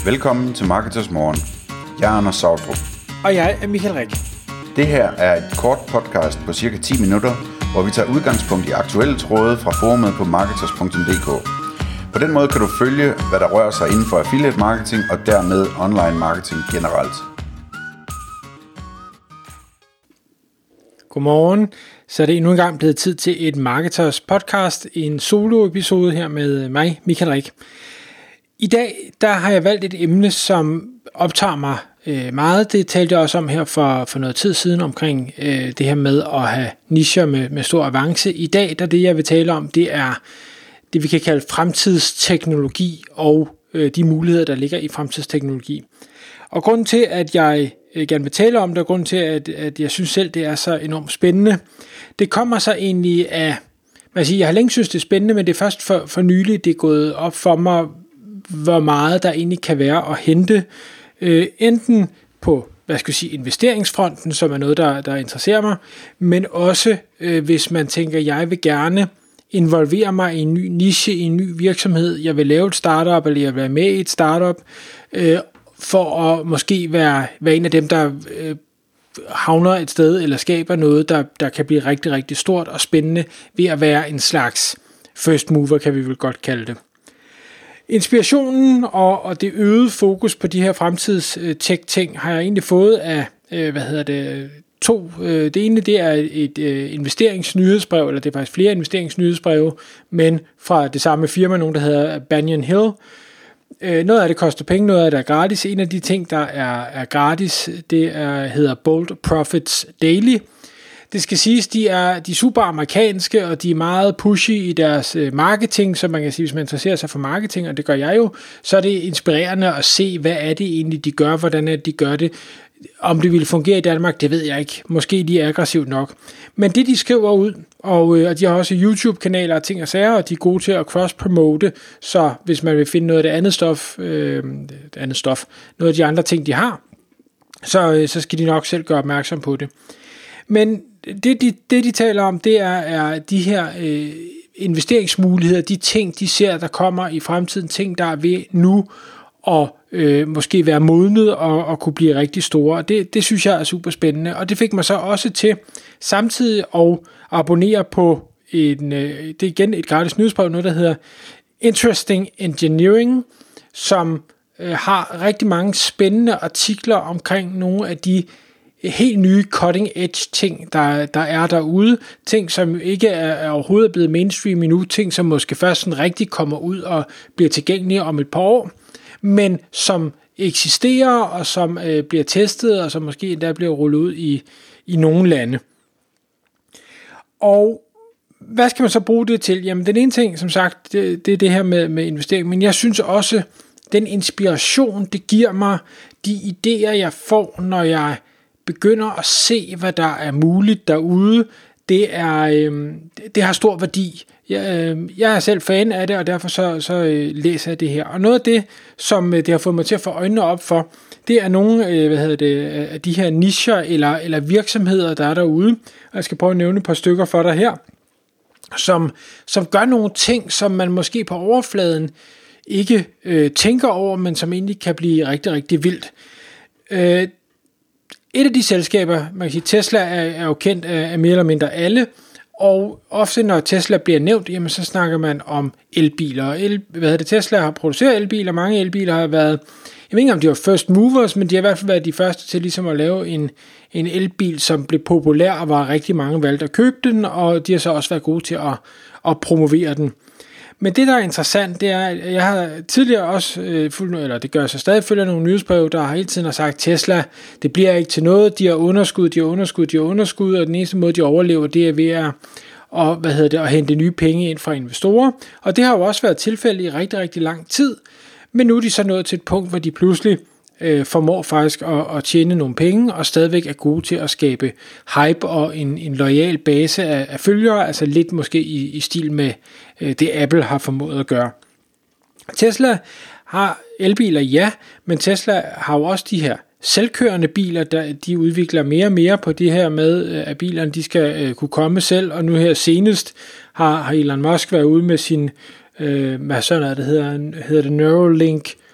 Velkommen til Marketers Morgen. Jeg er Anders Sautrup. Og jeg er Michael Rik. Det her er et kort podcast på cirka 10 minutter, hvor vi tager udgangspunkt i aktuelle tråde fra forumet på marketers.dk. På den måde kan du følge, hvad der rører sig inden for affiliate marketing og dermed online marketing generelt. Godmorgen. Så er det endnu en gang blevet tid til et Marketers podcast, en solo-episode her med mig, Michael Rik. I dag der har jeg valgt et emne, som optager mig meget. Det talte jeg også om her for noget tid siden omkring det her med at have nicher med stor avance. I dag der det jeg vil tale om, det er det vi kan kalde fremtidsteknologi og de muligheder der ligger i fremtidsteknologi. Og grunden til at jeg gerne vil tale om det, og grunden til at jeg synes selv det er så enormt spændende, det kommer så egentlig af, jeg har længe synes det er spændende, men det er først for nylig det er gået op for mig, hvor meget der egentlig kan være at hente, enten på investeringsfronten, som er noget, der interesserer mig, men også hvis man tænker, jeg vil gerne involvere mig i en ny niche, i en ny virksomhed, jeg vil lave et startup, eller jeg vil være med i et startup, for at måske være en af dem, der havner et sted, eller skaber noget, der kan blive rigtig, rigtig stort og spændende, ved at være en slags first mover, kan vi vel godt kalde det. Inspirationen og det øgede fokus på de her fremtids-tech-ting har jeg egentlig fået af, to. Det ene, det er et investeringsnyhedsbrev, eller det er faktisk flere investeringsnyhedsbreve, men fra det samme firma, nogen der hedder Banyan Hill. Noget af det koster penge, noget af det er gratis. En af de ting, der er gratis, hedder Bold Profits Daily. Det skal siges, de er super amerikanske, og de er meget pushy i deres marketing, så man kan sige, hvis man interesserer sig for marketing, og det gør jeg jo, så er det inspirerende at se, hvad er det egentlig, de gør, hvordan er det, de gør det. Om det ville fungere i Danmark, det ved jeg ikke. Måske de er aggressivt nok. Men det, de skriver ud, og de har også YouTube-kanaler og ting og sager, og de er gode til at cross-promote, så hvis man vil finde noget af det andet stof, noget af de andre ting, de har, så skal de nok selv gøre opmærksom på det. Men det de taler om, det er de her investeringsmuligheder, de ting, de ser, der kommer i fremtiden, ting, der er ved nu og måske være modnet og kunne blive rigtig store. Det synes jeg er super spændende, og det fik mig så også til samtidig at abonnere på det er igen et gratis nyhedsbrev, noget der hedder Interesting Engineering, som har rigtig mange spændende artikler omkring nogle af de helt nye cutting edge ting, der er derude. Ting, som ikke er overhovedet blevet mainstream endnu. Ting, som måske først sådan rigtig kommer ud og bliver tilgængelige om et par år. Men som eksisterer, og som bliver testet, og som måske endda bliver rullet ud i nogle lande. Og hvad skal man så bruge det til? Jamen den ene ting, som sagt, det er det her med investering. Men jeg synes også, den inspiration, det giver mig, de idéer, jeg får, når jeg begynder at se, hvad der er muligt derude, det har stor værdi. Jeg er selv fan af det, og derfor så læser jeg det her. Og noget af det, som det har fået mig til at få øjnene op for, det er nogle af de her nicher eller virksomheder, der er derude. Og jeg skal prøve at nævne et par stykker for dig her, som gør nogle ting, som man måske på overfladen ikke tænker over, men som egentlig kan blive rigtig, rigtig vildt. Et af de selskaber, man kan sige, Tesla er jo kendt af mere eller mindre alle, og ofte når Tesla bliver nævnt, jamen så snakker man om elbiler. Tesla har produceret elbiler, mange elbiler har været, jeg ved ikke om de var first movers, men de har i hvert fald været de første til ligesom at lave en elbil, som blev populær, og var rigtig mange valgte at købe den, og de har så også været gode til at promovere den. Men det, der er interessant, det er, at jeg har tidligere også det gør jeg så stadig, følger nogle nyhedsbreve, der hele tiden har sagt, Tesla, det bliver ikke til noget, de har underskud, og den eneste måde, de overlever, det er ved at hente nye penge ind fra investorer. Og det har jo også været tilfældet i rigtig, rigtig lang tid, men nu er de så nået til et punkt, hvor de pludselig formår faktisk at tjene nogle penge, og stadigvæk er gode til at skabe hype og en loyal base af følgere, altså lidt måske i stil med det Apple har formået at gøre. Tesla har elbiler, ja, men Tesla har jo også de her selvkørende biler, de udvikler mere og mere på det her med, at bilerne de skal kunne komme selv, og nu her senest har Elon Musk været ude med sin, hedder det Neuralink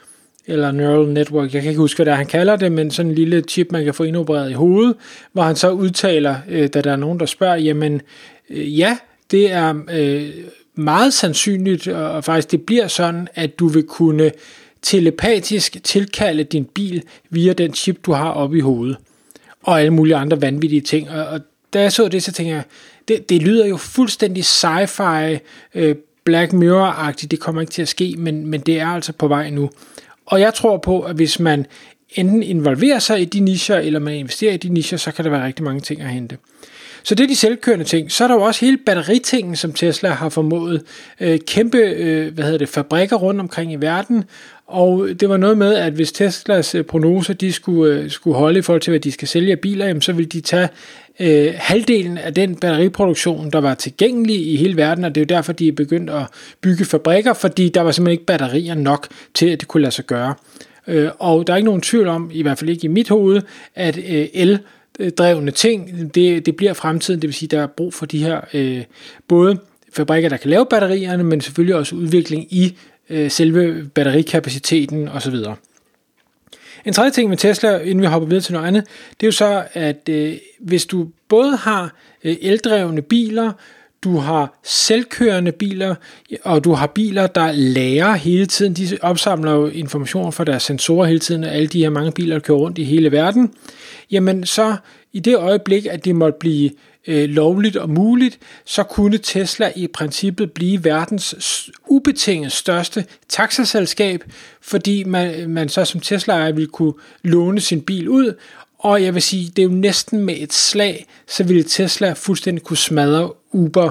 eller neural network, jeg kan ikke huske, hvad det er, han kalder det, men sådan en lille chip, man kan få indopereret i hovedet, hvor han så udtaler, da der er nogen, der spørger, jamen ja, det er meget sandsynligt, og faktisk det bliver sådan, at du vil kunne telepatisk tilkalde din bil via den chip, du har oppe i hovedet, og alle mulige andre vanvittige ting. Og da jeg så det, så tænker jeg, det lyder jo fuldstændig sci-fi, Black Mirror-agtigt, det kommer ikke til at ske, men det er altså på vej nu. Og jeg tror på, at hvis man enten involverer sig i de nicher, eller man investerer i de nicher, så kan der være rigtig mange ting at hente. Så det er de selvkørende ting. Så er der jo også hele batteritingen, som Tesla har formået. Kæmpe fabrikker rundt omkring i verden. Og det var noget med, at hvis Teslas prognoser de skulle holde i forhold til, hvad de skal sælge af biler, jamen, så ville de tage halvdelen af den batteriproduktion, der var tilgængelig i hele verden, og det er jo derfor, de er begyndt at bygge fabrikker, fordi der var simpelthen ikke batterier nok til, at det kunne lade sig gøre. Og der er ikke nogen tvivl om, i hvert fald ikke i mit hoved, at eldrevne ting, det bliver fremtiden, det vil sige, der er brug for de her både fabrikker, der kan lave batterierne, men selvfølgelig også udvikling i selve batterikapaciteten osv. En tredje ting med Tesla, inden vi hopper videre til noget andet, det er jo så, at hvis du både har eldrevne biler, du har selvkørende biler, og du har biler, der lærer hele tiden, de opsamler jo information fra deres sensorer hele tiden, og alle de her mange biler, der kører rundt i hele verden, jamen så i det øjeblik, at det måtte blive lovligt og muligt, så kunne Tesla i princippet blive verdens ubetinget største taxaselskab, fordi man så som Tesla-ejer ville kunne låne sin bil ud, og jeg vil sige, det er jo næsten med et slag, så ville Tesla fuldstændig kunne smadre Uber.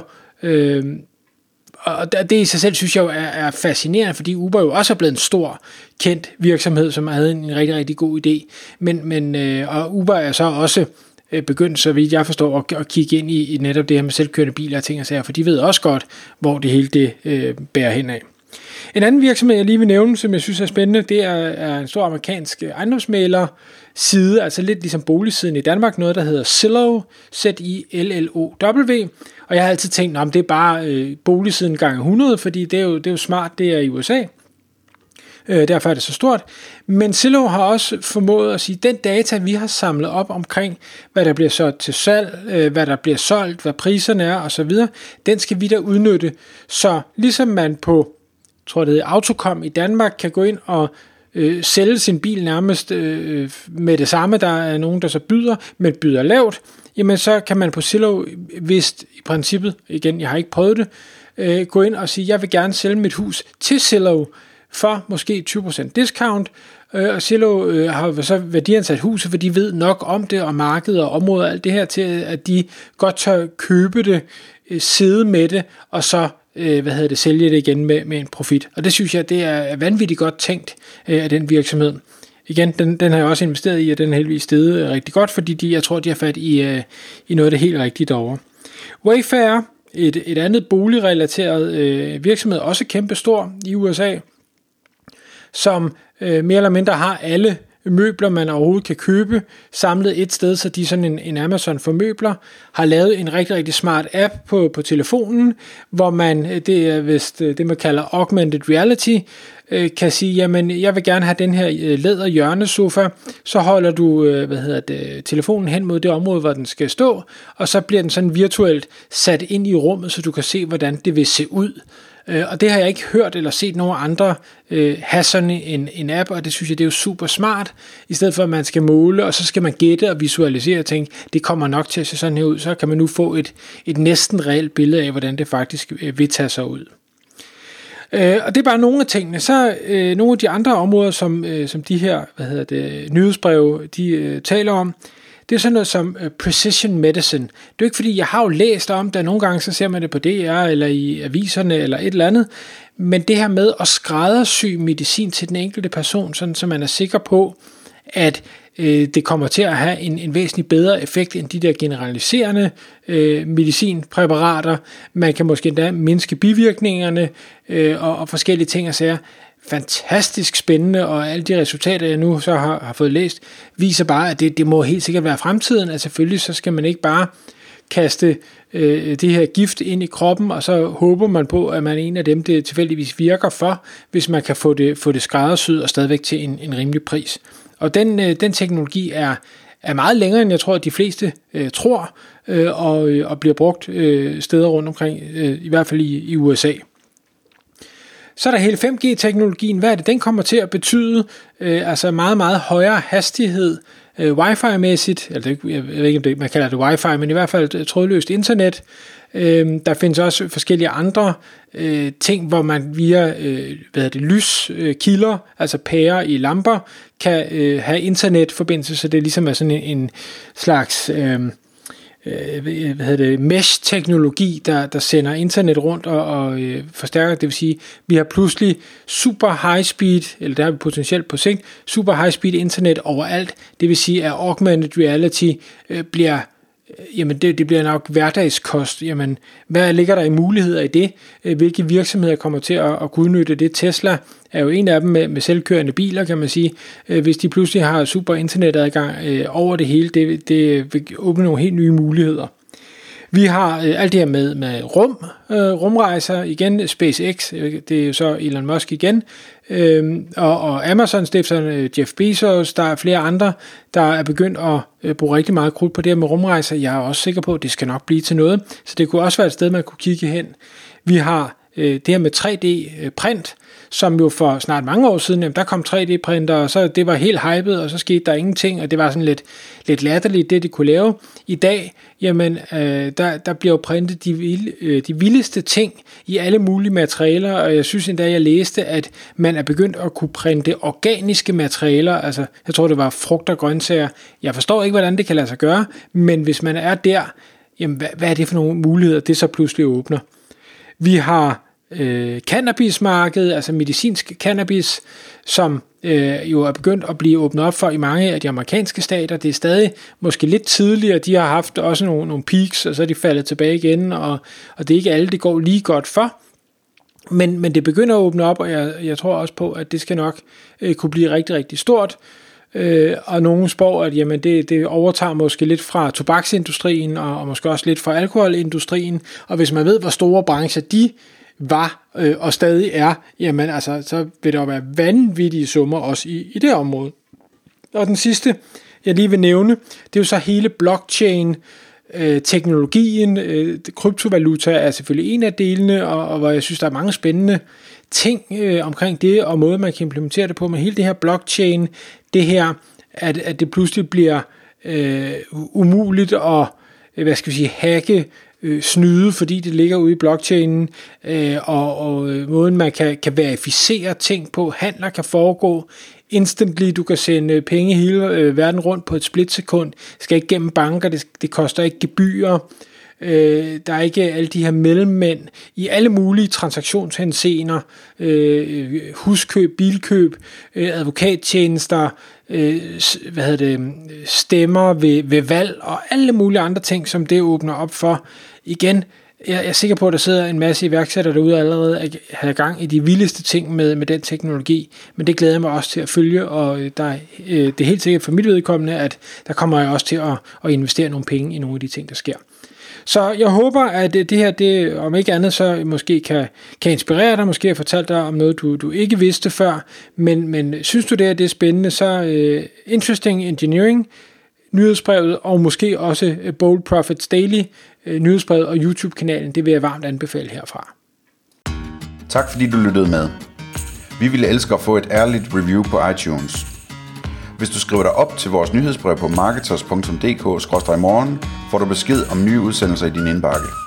Og det i sig selv synes jeg jo er fascinerende, fordi Uber jo også er blevet en stor, kendt virksomhed, som havde en rigtig, rigtig god idé. Og Uber er så også begyndt, så vidt jeg forstår, at kigge ind i netop det her med selvkørende biler og ting og sager, for de ved også godt, hvor det hele det bærer hen af. En anden virksomhed, jeg lige vil nævne, som jeg synes er spændende, det er en stor amerikansk ejendomsmægler side, altså lidt ligesom boligsiden i Danmark, noget der hedder Zillow, Z-I-L-L-O-W, og jeg har altid tænkt, at det er bare boligsiden gange 100, fordi det er jo smart, det er i USA. Derfor er det så stort. Men Zillow har også formået at sige, at den data, vi har samlet op omkring, hvad der bliver solgt til salg, hvad der bliver solgt, hvad priserne er osv., den skal vi da udnytte. Så ligesom man på, tror det hedder Autocom i Danmark, kan gå ind og sælge sin bil nærmest med det samme, der er nogen, der så byder, men byder lavt, jamen så kan man på Zillow, vist i princippet, igen, jeg har ikke prøvet det, gå ind og sige, jeg vil gerne sælge mit hus til Zillow, for måske 20% discount, og Zillow har så værdiansat huset, for de ved nok om det, og markedet og området og alt det her, til at de godt tør købe det, sidde med det, og så sælge det igen med en profit. Og det synes jeg, det er vanvittigt godt tænkt af den virksomhed. Igen, den har jeg også investeret i, og den er heldigvis steget rigtig godt, fordi jeg tror, de har fat i noget af det helt rigtige derovre. Wayfair, et andet boligrelateret virksomhed, også kæmpestor i USA, som mere eller mindre har alle møbler, man overhovedet kan købe, samlet et sted, så de sådan en Amazon for møbler, har lavet en rigtig, rigtig smart app på telefonen, hvor man, det er vist det, man kalder augmented reality, kan sige, jamen, jeg vil gerne have den her læder hjørnesofa, så holder du, telefonen hen mod det område, hvor den skal stå, og så bliver den sådan virtuelt sat ind i rummet, så du kan se, hvordan det vil se ud. Og det har jeg ikke hørt eller set nogen andre have sådan en app, og det synes jeg, det er jo super smart, i stedet for at man skal måle, og så skal man gætte og visualisere og tænke, det kommer nok til at se sådan her ud, så kan man nu få et næsten reelt billede af, hvordan det faktisk vil tage sig ud. Og det er bare nogle af tingene. Så nogle af de andre områder, som de her nyhedsbreve, de taler om, det er sådan noget som precision medicine. Det er jo ikke fordi, jeg har jo læst om det, nogle gange så ser man det på DR eller i aviserne eller et eller andet, men det her med at skræddersy medicin til den enkelte person, sådan så man er sikker på, at det kommer til at have en væsentlig bedre effekt end de der generaliserende medicinpræparater. Man kan måske endda mindske bivirkningerne og forskellige ting og sager. Fantastisk spændende, og alle de resultater, jeg nu så har fået læst, viser bare, at det må helt sikkert være fremtiden. Altså selvfølgelig, så skal man ikke bare kaste det her gift ind i kroppen, og så håber man på, at man er en af dem, det tilfældigvis virker for, hvis man kan få det skræddersyet og stadigvæk til en rimelig pris. Og den teknologi er meget længere, end jeg tror, at de fleste tror, og bliver brugt steder rundt omkring, i hvert fald i USA. Så er der hele 5G-teknologien. Hvad er det, den kommer til at betyde? Altså meget, meget højere hastighed, Wi-Fi-mæssigt, altså jeg ved ikke, om det, man kalder det Wi-Fi, men i hvert fald trådløst internet. Der findes også forskellige andre ting, hvor man via lyskilder, altså pærer i lamper, kan have internetforbindelse, så det ligesom er sådan en slags mesh-teknologi, der sender internet rundt og forstærker. Det vil sige, vi har pludselig super high speed, eller der har vi potentielt på sigt, super high speed internet overalt. Det vil sige, at augmented reality bliver det bliver nok hverdagskost. Jamen, hvad ligger der i muligheder i det? Hvilke virksomheder kommer til at kunne udnytte det? Tesla er jo en af dem med selvkørende biler, kan man sige. Hvis de pludselig har super internetadgang over det hele, det vil åbne nogle helt nye muligheder. Vi har alt det her med rumrejser, igen SpaceX, det er jo så Elon Musk igen, og Amazon-stifteren Jeff Bezos, der er flere andre, der er begyndt at bruge rigtig meget krudt på det her med rumrejser. Jeg er også sikker på, at det skal nok blive til noget, så det kunne også være et sted, man kunne kigge hen. Vi har det her med 3D-print, som jo for snart mange år siden, der kom 3D-printer, og så det var helt hypet, og så skete der ingenting, og det var sådan lidt latterligt, det de kunne lave. I dag, jamen, der bliver jo printet de vildeste ting i alle mulige materialer, og jeg synes endda, jeg læste, at man er begyndt at kunne printe organiske materialer, altså jeg tror, det var frugt og grøntsager. Jeg forstår ikke, hvordan det kan lade sig gøre, men hvis man er der, jamen, hvad er det for nogle muligheder, det så pludselig åbner? Vi har cannabismarkedet, altså medicinsk cannabis, som jo er begyndt at blive åbnet op for i mange af de amerikanske stater. Det er stadig måske lidt tidligere, de har haft også nogle peaks, og så er de faldet tilbage igen, og det er ikke alle, det går lige godt for. Men det begynder at åbne op, og jeg tror også på, at det skal nok kunne blive rigtig, rigtig stort. Og nogen spår, at jamen, det overtager måske lidt fra tobaksindustrien, og måske også lidt fra alkoholindustrien, og hvis man ved, hvor store brancher de var og stadig er, jamen altså, så vil der jo være vanvittige summer også i det område. Og den sidste, jeg lige vil nævne, det er jo så hele blockchain teknologien. Kryptovaluta er selvfølgelig en af delene, og hvor jeg synes, der er mange spændende ting omkring det, og måde man kan implementere det på, med hele det her blockchain, det her, at det pludselig bliver umuligt at hacke, snyde, fordi det ligger ude i blockchainen, og måden man kan verificere ting på, handler kan foregå instantly, du kan sende penge hele verden rundt på et splitsekund, skal ikke gennem banker, det koster ikke gebyrer, der er ikke alle de her mellemmænd i alle mulige transaktionshenseender, huskøb, bilkøb, advokattjenester, stemmer ved valg og alle mulige andre ting, som det åbner op for. Igen, jeg er sikker på, at der sidder en masse iværksættere derude allerede at have gang i de vildeste ting med den teknologi, men det glæder jeg mig også til at følge, og det er helt sikkert for mit vedkommende, at der kommer jeg også til at investere nogle penge i nogle af de ting, der sker. Så jeg håber, at det her, det, om ikke andet, så måske kan inspirere dig, måske have fortalt dig om noget, du ikke vidste før, men synes du det er spændende, så Interesting Engineering, nyhedsbrevet, og måske også Bold Profits Daily, nyhedsbrevet og YouTube-kanalen, det vil jeg varmt anbefale herfra. Tak fordi du lyttede med. Vi ville elske at få et ærligt review på iTunes. Hvis du skriver dig op til vores nyhedsbrev på marketers.dk/morgen, får du besked om nye udsendelser i din indbakke.